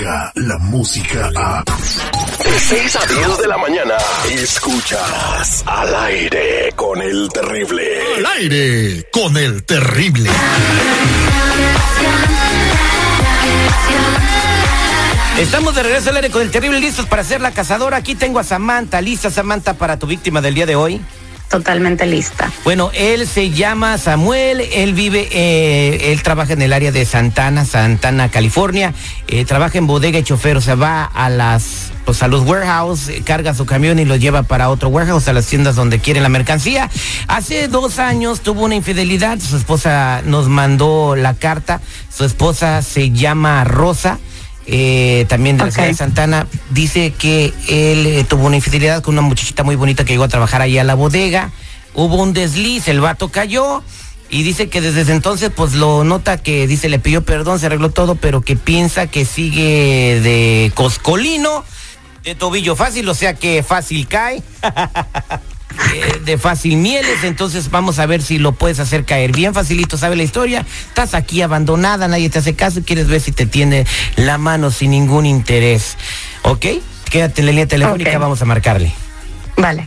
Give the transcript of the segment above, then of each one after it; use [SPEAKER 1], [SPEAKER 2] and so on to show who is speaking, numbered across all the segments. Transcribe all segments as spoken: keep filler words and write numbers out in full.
[SPEAKER 1] música, la música a... De seis a diez de la mañana, escuchas Al Aire con el Terrible.
[SPEAKER 2] Al Aire con el Terrible.
[SPEAKER 3] Estamos de regreso al aire con el Terrible, listos para hacer la cazadora. Aquí tengo a Samantha. ¿Lista, Samantha, para tu víctima del día de hoy?
[SPEAKER 4] Totalmente lista.
[SPEAKER 3] Bueno, él se llama Samuel, él vive, eh, él trabaja en el área de Santana, Santana, California, eh, trabaja en bodega y chofer, o sea, va a las, pues a los warehouse, eh, carga su camión y lo lleva para otro warehouse, a las tiendas donde quiere la mercancía. Hace dos años tuvo una infidelidad, su esposa nos mandó la carta, su esposa se llama Rosa. Eh, también de la okay. ciudad de Santana, dice que él eh, tuvo una infidelidad con una muchachita muy bonita que llegó a trabajar ahí a la bodega, hubo un desliz, el vato cayó y dice que desde entonces pues lo nota que dice le pidió perdón, se arregló todo, pero que piensa que sigue de coscolino, de tobillo fácil, o sea que fácil cae. Eh, de fácil mieles, entonces vamos a ver si lo puedes hacer caer bien facilito. ¿Sabe la historia? Estás aquí abandonada, nadie te hace caso y quieres ver si te tiende la mano sin ningún interés. ¿Ok? Quédate en la línea telefónica, okay. Vamos a marcarle.
[SPEAKER 4] Vale.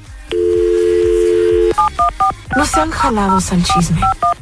[SPEAKER 5] No sean jalados al chisme.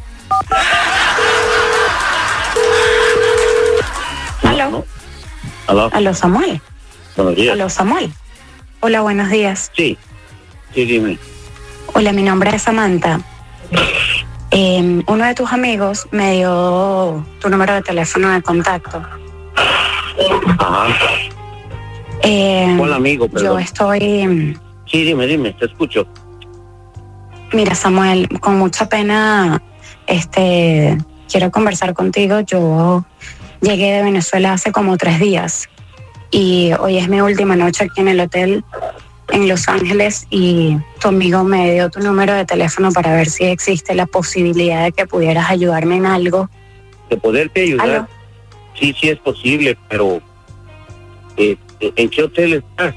[SPEAKER 4] ¿Aló?
[SPEAKER 6] ¿Aló?
[SPEAKER 4] ¿Aló, Samuel?
[SPEAKER 6] Buenos días.
[SPEAKER 4] ¿Aló, Samuel? Hola, buenos días.
[SPEAKER 6] Sí, sí, dime.
[SPEAKER 4] Hola, mi nombre es Samantha. Eh, uno de tus amigos me dio tu número de teléfono de contacto.
[SPEAKER 6] Ajá.
[SPEAKER 4] Eh,
[SPEAKER 6] ¿Cuál amigo, perdón?
[SPEAKER 4] Yo estoy...
[SPEAKER 6] Sí, dime, dime, te escucho.
[SPEAKER 4] Mira, Samuel, con mucha pena, este, quiero conversar contigo. Yo llegué de Venezuela hace como tres días y hoy es mi última noche aquí en el hotel en Los Ángeles y tu amigo me dio tu número de teléfono para ver si existe la posibilidad de que pudieras ayudarme en algo.
[SPEAKER 6] ¿De poderte ayudar?
[SPEAKER 4] ¿Aló?
[SPEAKER 6] Sí, sí es posible, pero eh, ¿en qué hotel estás?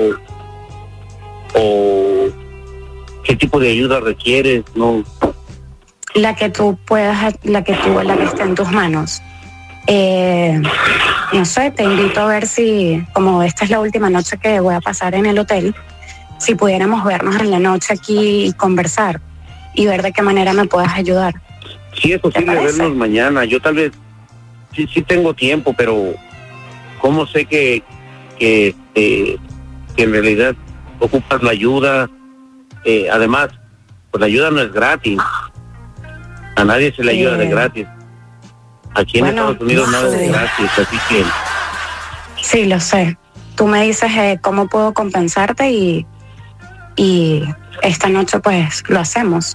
[SPEAKER 6] O, o ¿qué tipo de ayuda requieres? No.
[SPEAKER 4] La que tú puedas, la que tú, la que esté en tus manos. Eh, no sé, te invito a ver si, como esta es la última noche que voy a pasar en el hotel, si pudiéramos vernos en la noche aquí y conversar y ver de qué manera me puedas ayudar.
[SPEAKER 6] Sí es posible vernos mañana. Yo tal vez sí, sí tengo tiempo, pero ¿cómo sé que que, eh, que en realidad ocupas la ayuda? Eh, además, pues la ayuda no es gratis. A nadie se le ayuda eh, de gratis. Aquí en bueno, Estados Unidos no, nada es gratis, así que...
[SPEAKER 4] Sí, lo sé. Tú me dices eh, cómo puedo compensarte y, y esta noche pues lo hacemos.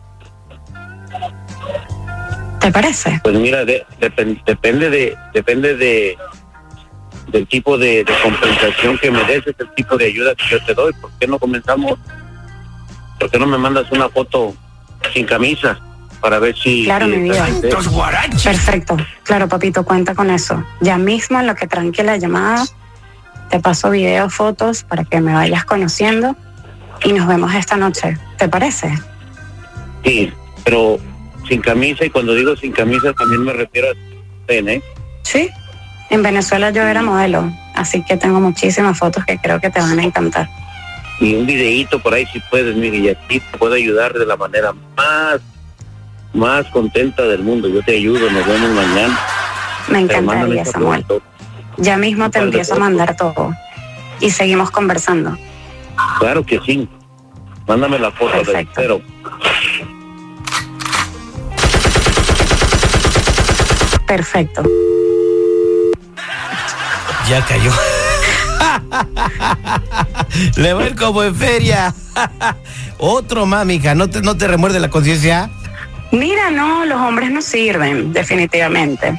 [SPEAKER 4] ¿Te parece?
[SPEAKER 6] Pues mira, de, de, depende de depende de del tipo de, de compensación que mereces, el tipo de ayuda que yo te doy. ¿Por qué no comenzamos? ¿Por qué no me mandas una foto sin camisa? Para ver si...
[SPEAKER 4] Claro,
[SPEAKER 6] si
[SPEAKER 4] mi vida. Perfecto. Claro, papito, cuenta con eso. Ya mismo, en lo que tranque la llamada, te paso videos, fotos, para que me vayas conociendo y nos vemos esta noche. ¿Te parece?
[SPEAKER 6] Sí, pero sin camisa, y cuando digo sin camisa también me refiero a pene.
[SPEAKER 4] Sí. En Venezuela yo era modelo, así que tengo muchísimas fotos que creo que te van a encantar.
[SPEAKER 6] Y un videíto por ahí si puedes, mire, y aquí te puedo ayudar de la manera más... más contenta del mundo. Yo te ayudo, nos vemos mañana.
[SPEAKER 4] Me encantaría, Samuel. Ya mismo te empiezo a mandar todo y seguimos conversando.
[SPEAKER 6] Claro que sí. Mándame la foto.
[SPEAKER 4] Perfecto.
[SPEAKER 6] Del espero.
[SPEAKER 4] Perfecto.
[SPEAKER 3] Ya cayó. Le va a ir como en feria. Otro mamija, ¿no te, no te remuerde la conciencia?
[SPEAKER 4] Mira, no, los hombres no sirven, definitivamente.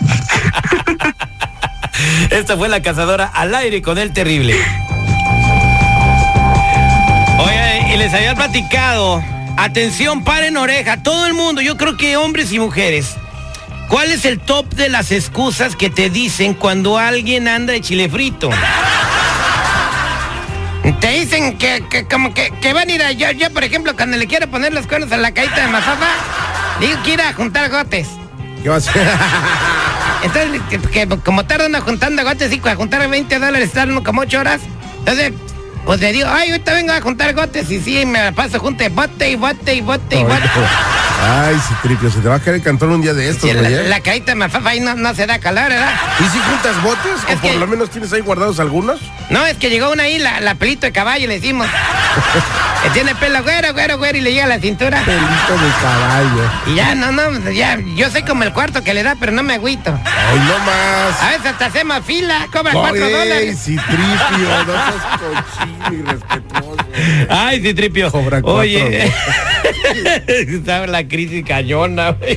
[SPEAKER 3] Esta fue la cazadora al aire con el Terrible. Oye, y les había platicado. Atención, paren oreja, todo el mundo, yo creo que hombres y mujeres. ¿Cuál es el top de las excusas que te dicen cuando alguien anda de chile frito? Te dicen que, que como que, que van a ir a... Yo, yo, por ejemplo, cuando le quiero poner los cuernos a la caída de mazapa, digo que ir a juntar gotes.
[SPEAKER 2] ¿Qué vas a hacer?
[SPEAKER 3] Entonces, que, que como tardan juntando gotes, y a juntar veinte dólares tardan como ocho horas. Entonces, pues le digo, ay, ahorita vengo a juntar gotes. Y sí, me la paso junte bote y bote y bote y bote.
[SPEAKER 7] Ay, Citripio, se te va a caer el cantón un día de estos,
[SPEAKER 3] Sí,
[SPEAKER 7] güey.
[SPEAKER 3] la,
[SPEAKER 7] ¿eh?
[SPEAKER 3] la carita mafafa ahí no, no se da calor, ¿verdad?
[SPEAKER 7] ¿Y si juntas botes?
[SPEAKER 3] Es
[SPEAKER 7] ¿O por
[SPEAKER 3] que-
[SPEAKER 7] lo menos tienes ahí guardados algunos?
[SPEAKER 3] No, es que llegó una ahí, la, la pelito de caballo, le decimos. Que tiene pelo güero, güero, güero, y le llega a la cintura.
[SPEAKER 7] Pelito de caballo.
[SPEAKER 3] Y ya, no, no, ya, yo soy como el cuarto que le da, pero no me agüito.
[SPEAKER 7] Ay, no más.
[SPEAKER 3] A veces hasta hacemos fila, cobra cuatro
[SPEAKER 7] Ay,
[SPEAKER 3] dólares.
[SPEAKER 7] Citripio, no seas cochino y respetuoso.
[SPEAKER 3] Ay, sí, tripio.
[SPEAKER 7] Cobra cuatro
[SPEAKER 3] Oye, estaba la crisis cañona, güey.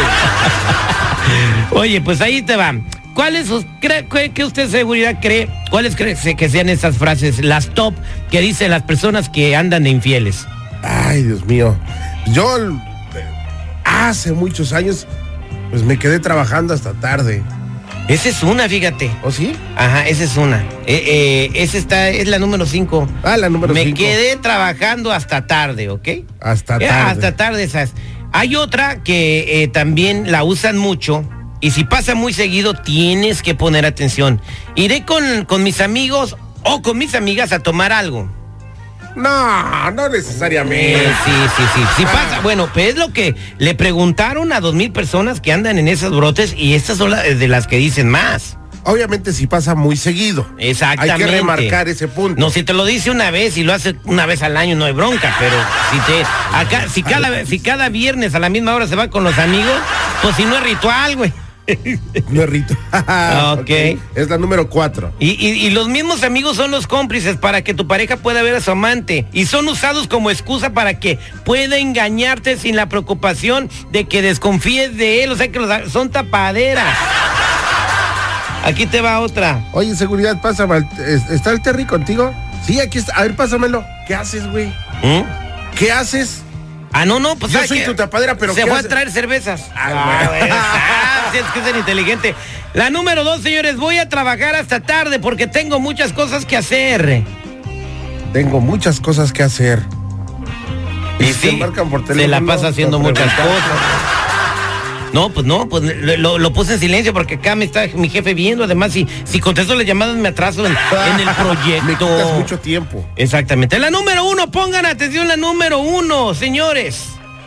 [SPEAKER 3] Oye, pues ahí te va. ¿Cuáles sus- cree, cree que usted seguridad cree? ¿Cuáles cree que sean esas frases, las top que dicen las personas que andan de infieles?
[SPEAKER 7] Ay, Dios mío. Yo eh, hace muchos años, pues me quedé trabajando hasta tarde.
[SPEAKER 3] Esa es una, fíjate.
[SPEAKER 7] ¿O sí?
[SPEAKER 3] Ajá, esa es una. Eh, eh, esa está, es la número cinco.
[SPEAKER 7] Ah, la número
[SPEAKER 3] Me
[SPEAKER 7] cinco.
[SPEAKER 3] quedé trabajando hasta tarde, ¿ok?
[SPEAKER 7] Hasta
[SPEAKER 3] Eh,
[SPEAKER 7] tarde.
[SPEAKER 3] Hasta tarde esas. Hay otra que eh, también la usan mucho y si pasa muy seguido tienes que poner atención. Iré con, con mis amigos o con mis amigas a tomar algo.
[SPEAKER 7] No, no
[SPEAKER 3] Eh,
[SPEAKER 7] necesariamente.
[SPEAKER 3] sí, sí, sí. Si
[SPEAKER 7] Ah.
[SPEAKER 3] pasa, bueno, pues es lo que le preguntaron a dos mil personas que andan en esos brotes y estas son la- de las que dicen más.
[SPEAKER 7] Obviamente sí pasa muy seguido.
[SPEAKER 3] Exactamente.
[SPEAKER 7] Hay que remarcar ese punto.
[SPEAKER 3] No, si te lo dice una vez y lo hace una vez al año no hay bronca, pero si te acá, si cada si cada viernes a la misma hora se va con los amigos, pues si no es ritual, güey.
[SPEAKER 7] No es rito.
[SPEAKER 3] Ok.
[SPEAKER 7] Es la número cuatro.
[SPEAKER 3] Y, y, y los mismos amigos son los cómplices para que tu pareja pueda ver a su amante y son usados como excusa para que pueda engañarte sin la preocupación de que desconfíes de él, o sea que los, son tapaderas. Aquí te va otra.
[SPEAKER 7] Oye, seguridad, pásame. al- es- ¿Está el Terry contigo? Sí, aquí está. A ver, pásamelo. ¿Qué haces, güey?
[SPEAKER 3] ¿Mm?
[SPEAKER 7] ¿Qué haces?
[SPEAKER 3] Ah, no, no, pues
[SPEAKER 7] Yo
[SPEAKER 3] ¿sabe
[SPEAKER 7] soy
[SPEAKER 3] qué?
[SPEAKER 7] tu tapadera, pero
[SPEAKER 3] se
[SPEAKER 7] ¿qué
[SPEAKER 3] fue a
[SPEAKER 7] hace?
[SPEAKER 3] traer cervezas.
[SPEAKER 7] Ah, güey.
[SPEAKER 3] Ah, sí, es que es inteligente. La número dos, señores, voy a trabajar hasta tarde porque tengo muchas cosas que hacer.
[SPEAKER 7] Tengo muchas cosas que hacer.
[SPEAKER 3] Y
[SPEAKER 7] si te
[SPEAKER 3] sí,
[SPEAKER 7] marcan por
[SPEAKER 3] se
[SPEAKER 7] teléfono,
[SPEAKER 3] la pasa haciendo
[SPEAKER 7] para
[SPEAKER 3] muchas
[SPEAKER 7] preguntar.
[SPEAKER 3] cosas. No, pues no, pues lo, lo- lo puse en silencio porque acá me está mi jefe viendo. Además, si, si contesto las llamadas me atraso en, en el proyecto.
[SPEAKER 7] Me quitas mucho tiempo.
[SPEAKER 3] Exactamente. La número uno, pongan atención, la número uno, señores.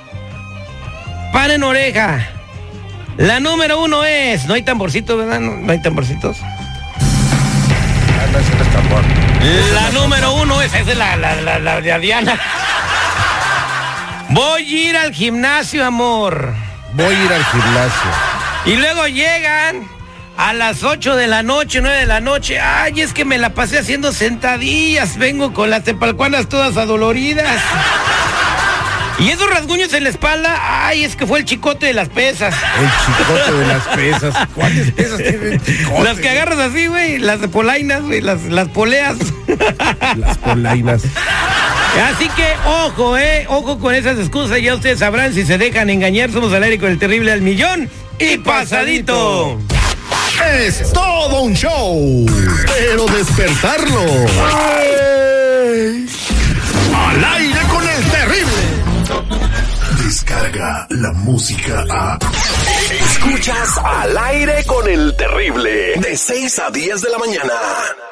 [SPEAKER 3] Paren oreja. La número uno es, no hay tamborcitos, ¿verdad? No, no hay tamborcitos.
[SPEAKER 7] Ah, no, ese no es tambor.
[SPEAKER 3] La número uno es, esa es la, la, la, la de Diana. Voy a ir al gimnasio, amor.
[SPEAKER 7] Voy a ir al gimnasio.
[SPEAKER 3] Y luego llegan a las ocho de la noche, nueve de la noche. Ay, es que me la pasé haciendo sentadillas. Vengo con las tepalcuanas todas adoloridas. Y esos rasguños en la espalda, ay, es que fue el chicote de las pesas.
[SPEAKER 7] El chicote de las pesas. ¿Cuáles pesas tienen chicote?
[SPEAKER 3] Las que agarras así, güey, las de polainas, güey, las, las poleas.
[SPEAKER 7] Las polainas.
[SPEAKER 3] Así que, ojo, eh, ojo con esas excusas, ya ustedes sabrán si se dejan engañar. Somos al aire con el terrible al millón y pasadito.
[SPEAKER 2] Es todo un show, pero despertarlo. Al aire con el terrible.
[SPEAKER 1] Descarga la música a... Escuchas Al Aire con el Terrible, de seis a diez de la mañana.